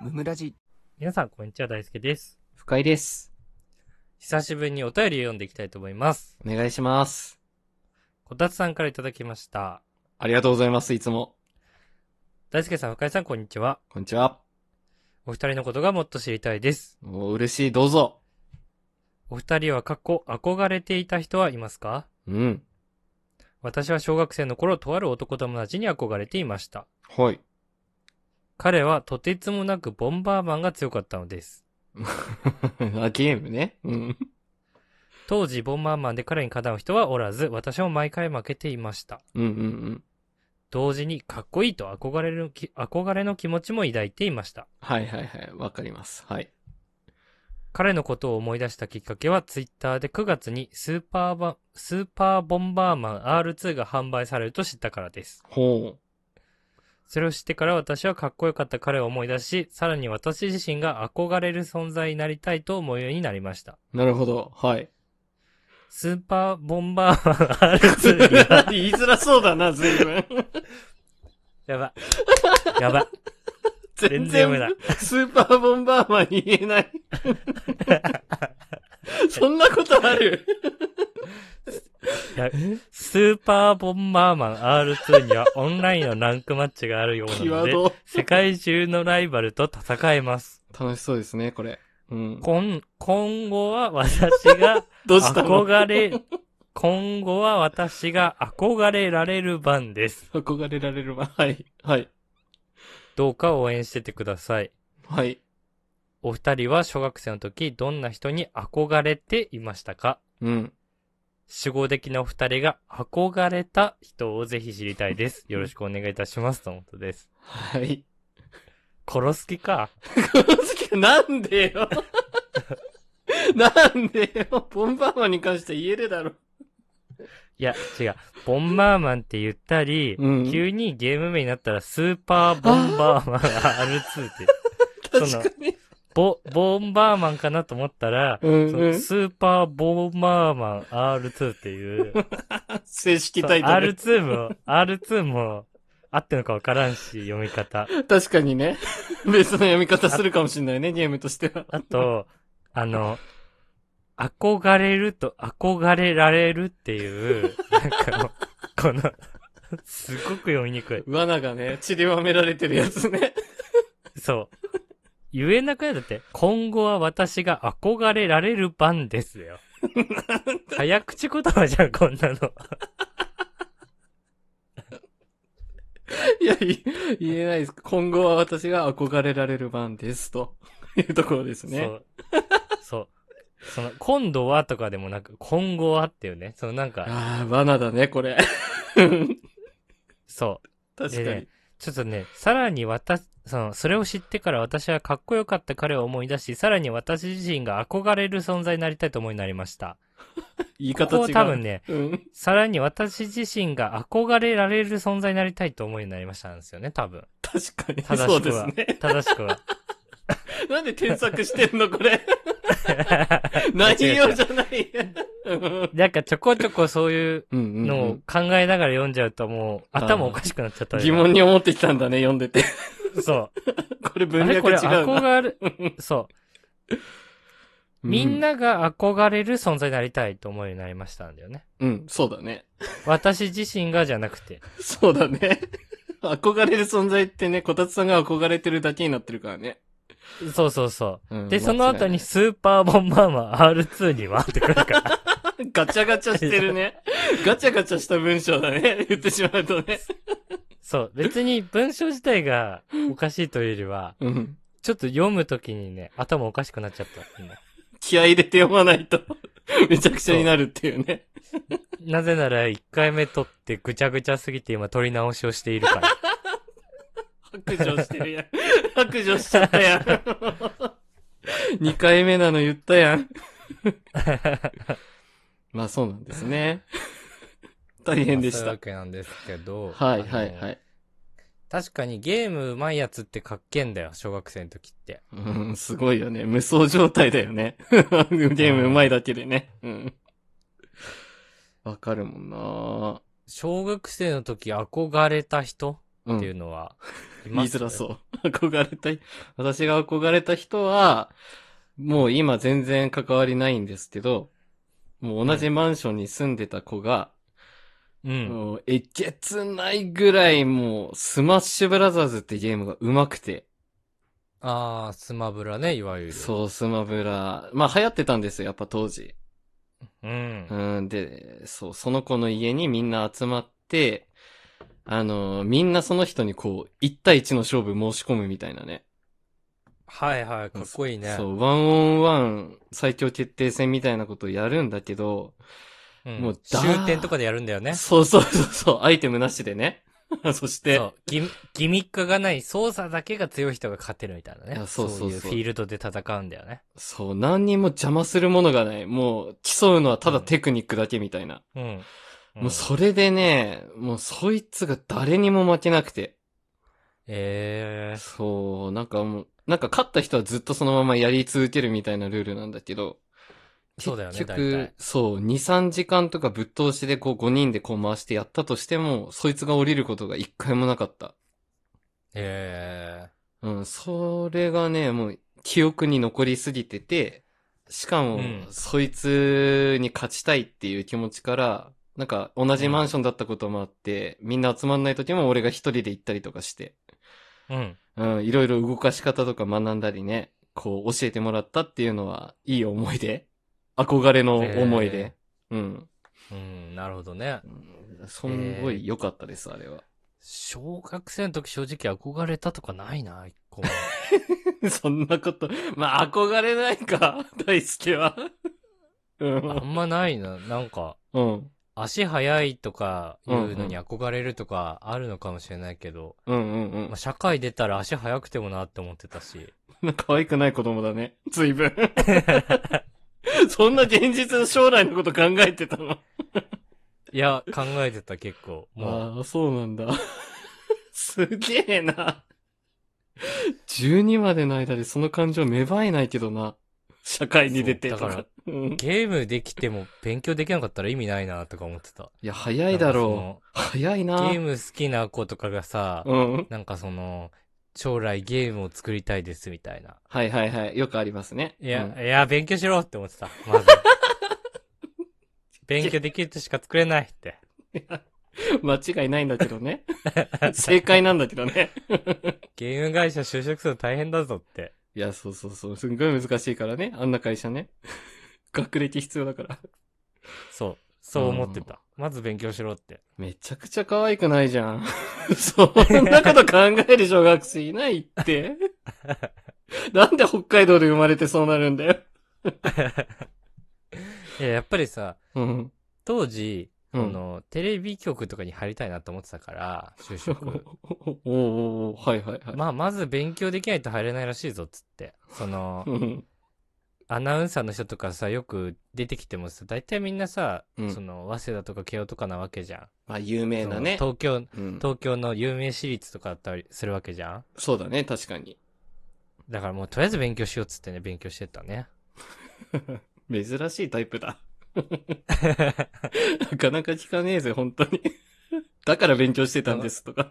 ムムラジ。 皆さん、こんにちは。大輔です。 深井です。 久しぶりにお便りを読んでいきたいと思います。 お願いします。 こたつさんからいただきました。 ありがとうございます、いつも。 大輔さん、深井さん、こんにちは。 こんにちは。 お二人のことがもっと知りたいです。 嬉しい、どうぞ。 お二人は過去憧れていた人はいますか？ うん。 私は小学生の頃、とある男友達に憧れていました。 はい。 彼はとてつもなくボンバーマンが強かったのです。 あ、ゲームね。うん。 当時、ボンバーマンで彼にかなう人はおらず、私も毎回負けていました。 うんうんうん。 同時にかっこいいと憧れの気持ちも抱いていました。 はいはいはい。わかります。はい。 彼のことを思い出したきっかけは、ツイッターで9月にスーパーボンバーマン R2 が販売されると知ったからです。 ほそれを知ってから私はかっこよかった彼を思い出し、さらに私自身が憧れる存在になりたいと思うようになりました。 う。なるほど。はい。 スーパーボンバーマン R2 には言いづらそうだな、随分。 やば。やば。全然無だ。 スーパーボンバーマンに言えない。そんなことある？ いやスーパーボンバーマン R2 にはオンラインのランクマッチがあるようなので、世界中のライバルと戦えます。 楽しそうですね、これ。うん。 今後は私がどうしたの？ 今後は私が憧れられる番です。 憧れられる番。はい。はい。 どうか応援しててください。 はい。 お二人は小学生の時、どんな人に憧れていましたか？ うん。 守護的なお二人が憧れた人をぜひ知りたいです。よろしくお願いいたします。とのことです。 はい。 殺す気か。 なんでよ。なんでよ。ボンバーマンに関して言えるだろ。 いや、違う。ボンバーマンって言ったり、急にゲーム名になったらスーパーボンバーマン R2 って。 確かに。 ボンバーマンかなと思ったら、スーパーボンバーマン R2 っていう。 正式タイトル。 R2 も、合ってるのかわからんし、読み方。 確かにね。別の読み方するかもしんないね、ゲームとしては。 あと、憧れると憧れられるっていう、なんかこの、すごく読みにくい。 罠がね、散りばめられてるやつね。 そう。言えなくないだって、今後は私が憧れられる番ですよ。早口言葉じゃん、こんなの。 いや、言えないです。今後は私が憧れられる番です。というところですね。 そう。今度はとかでもなく、今後はっていうね。なんか。 ああ、罠だね、これ。 そう。 確かに。 ね、ちょっとね、さらにそれを知ってから私はかっこよかった彼を思い出し、さらに私自身が憧れる存在になりたいと思いになりました。 言い方違う。 ここ多分ね、さらに私自身が憧れられる存在になりたいと思いになりましたんですよね、多分。 確かに。 正しくは。 そうですね。 正しくは。 なんで添削してんの、これ。内容じゃない。 なんかちょこちょこそういうのを考えながら読んじゃうともう頭おかしくなっちゃった。 疑問に思ってきたんだね、読んでて。 そう。 これ文脈違うな。 憧れ、そう。みんなが憧れる存在になりたいと思うようになりましたんだよね。 うん、そうだね。 私自身がじゃなくて。 そうだね。憧れる存在ってね、こたつさんが憧れてるだけになってるからね。 そうそうそう。で、その後にスーパーボンバーマン R2 に回ってくるから。 ガチャガチャしてるね。ガチャガチャした文章だね。言ってしまうとね。 そう。別に文章自体がおかしいというよりは、ちょっと読むときにね、頭おかしくなっちゃった。 気合い入れて読まないと、めちゃくちゃになるっていうね。 なぜなら1回目撮ってぐちゃぐちゃすぎて今撮り直しをしているから。 白状してるやん。白状しちゃったやん。2回目なの言ったやん。まあそうなんですね。大変でした。 そういうわけなんですけど。 はいはいはい。 確かにゲーム上手いやつってかっけんだよ、小学生の時って。 すごいよね。無双状態だよね。ゲーム上手いだけでね。わかるもんな。 小学生の時憧れた人っていうのは、 言いづらそう。私が憧れた人は、もう今全然関わりないんですけど、もう同じマンションに住んでた子が、もうえげつないぐらいもう、スマッシュブラザーズってゲームが上手くて。 スマブラね、いわゆる。 そう、スマブラ。まあ流行ってたんですよ、やっぱ当時。で、そう、その子の家にみんな集まって、みんなその人にこう、1対1の勝負申し込むみたいなね。 はいはい、かっこいいね。 そう、ワンオンワン最強決定戦みたいなことをやるんだけど、 もう終点とかでやるんだよね。 そう、アイテムなしでね。そして。 そう、ギミックがない操作だけが強い人が勝てるみたいなね。 そういうフィールドで戦うんだよね。 そう、何にも邪魔するものがない。もう、競うのはただテクニックだけみたいな。もうそれでね、もうそいつが誰にも負けなくて。そう、なんか勝った人はずっとそのままやり続けるみたいなルールなんだけど。 そうだよね、 結局、そう、2、3時間とかぶっ通しでこう5人でこう回してやったとしても、そいつが降りることが1回もなかった。それがね、もう記憶に残りすぎてて、しかも、そいつに勝ちたいっていう気持ちから、なんか同じマンションだったこともあって、みんな集まんない時も俺が一人で行ったりとかして、いろいろ動かし方とか学んだりね、こう教えてもらったっていうのは、いい思い出。憧れの思い出。 なるほどね。 すんごい良かったです、あれは。 小学生の時正直憧れたとかないな、一個も。 そんなこと、まあ憧れないか、大輔は。 あんまないな、なんか。足速いとかいうのに憧れるとかあるのかもしれないけど。社会出たら足速くてもなって思ってたし。 可愛くない子供だね。随分。そんな現実の将来のこと考えてたの？ いや、考えてた結構。 ああ、そうなんだ。すげえな。12までの間でその感情芽生えないけどな。社会に出てとか。 だから、ゲームできても勉強できなかったら意味ないなとか思ってた。 いや、早いだろう。早いな。 ゲーム好きな子とかがさ、なんか将来ゲームを作りたいですみたいな。 はいはいはい。よくありますね。 いや、勉強しろって思ってた。まず。勉強できるとしか作れないって。 間違いないんだけどね。正解なんだけどね。 ゲーム会社就職するの大変だぞって。 いや、そう。すんごい難しいからね。あんな会社ね。学歴必要だから。 そう思ってた。まず勉強しろって。 めちゃくちゃ可愛くないじゃん。そんなこと考える小学生いないって。なんで北海道で生まれてそうなるんだよ。 いや、やっぱりさ、当時、テレビ局とかに入りたいなと思ってたから、就職。 はい。 まず勉強できないと入れないらしいぞ、つって。アナウンサーの人とかさ、よく出てきてもさ、大体みんなさ、早稲田とか慶応とかなわけじゃん。 有名なね。 東京の有名私立とかだったりするわけじゃん。 そうだね、確かに。 だからもうとりあえず勉強しようっつってね、勉強してたね。 珍しいタイプだ。なかなか聞かねえぜ、本当に。だから勉強してたんですとか。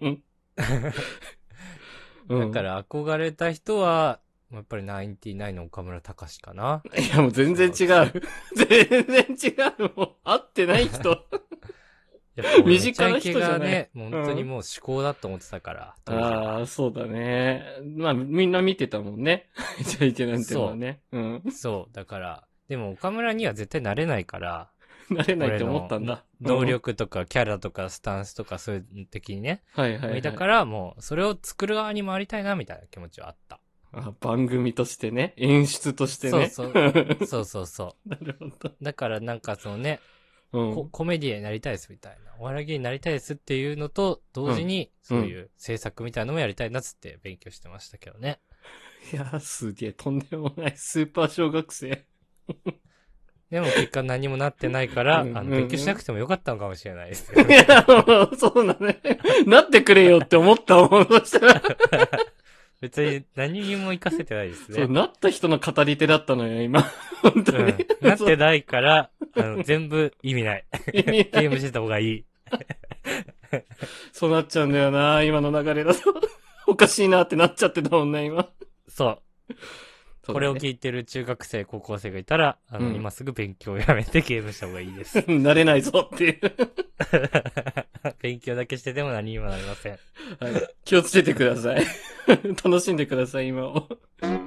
だから憧れた人は、やっぱりナインティナインの岡村隆史かな。 いやもう全然違う。全然違う。もう会ってない人。 身近な人じゃね、本当にもう思考だと思ってたから。 ああ、そうだね。まあみんな見てたもんね。じゃいけなんてのはね。 そう。だから、でも岡村には絶対なれないから。 なれないって思ったんだ。 能力とかキャラとかスタンスとかそういう的にね。 はい。 だからもう、それを作る側に回りたいなみたいな気持ちはあった。 番組としてね。演出としてね。 そう。 なるほど。 だからなんかコメディアになりたいですみたいな。お笑い芸になりたいですっていうのと、同時に、そういう制作みたいなのもやりたいなっつって勉強してましたけどね。 いや、すげえ、とんでもないスーパー小学生。 でも結果何もなってないから、勉強しなくてもよかったのかもしれないです。 いや、もう、そうだね。なってくれよって思ったもん、そしたら。 別に何にも活かせてないですね。 そう、なった人の語り手だったのよ、今。本当に。 なってないから、全部意味ない。ゲームしてた方がいい。 そうなっちゃうんだよな、今の流れだと。 おかしいなってなっちゃってたもんね、今。 そう。 そうこれを聞いてる中学生、高校生がいたら、今すぐ勉強をやめてゲームした方がいいです。 慣れないぞっていう。 勉強だけしてても何にもなりません。 はい。気をつけてください。楽しんでください、今を。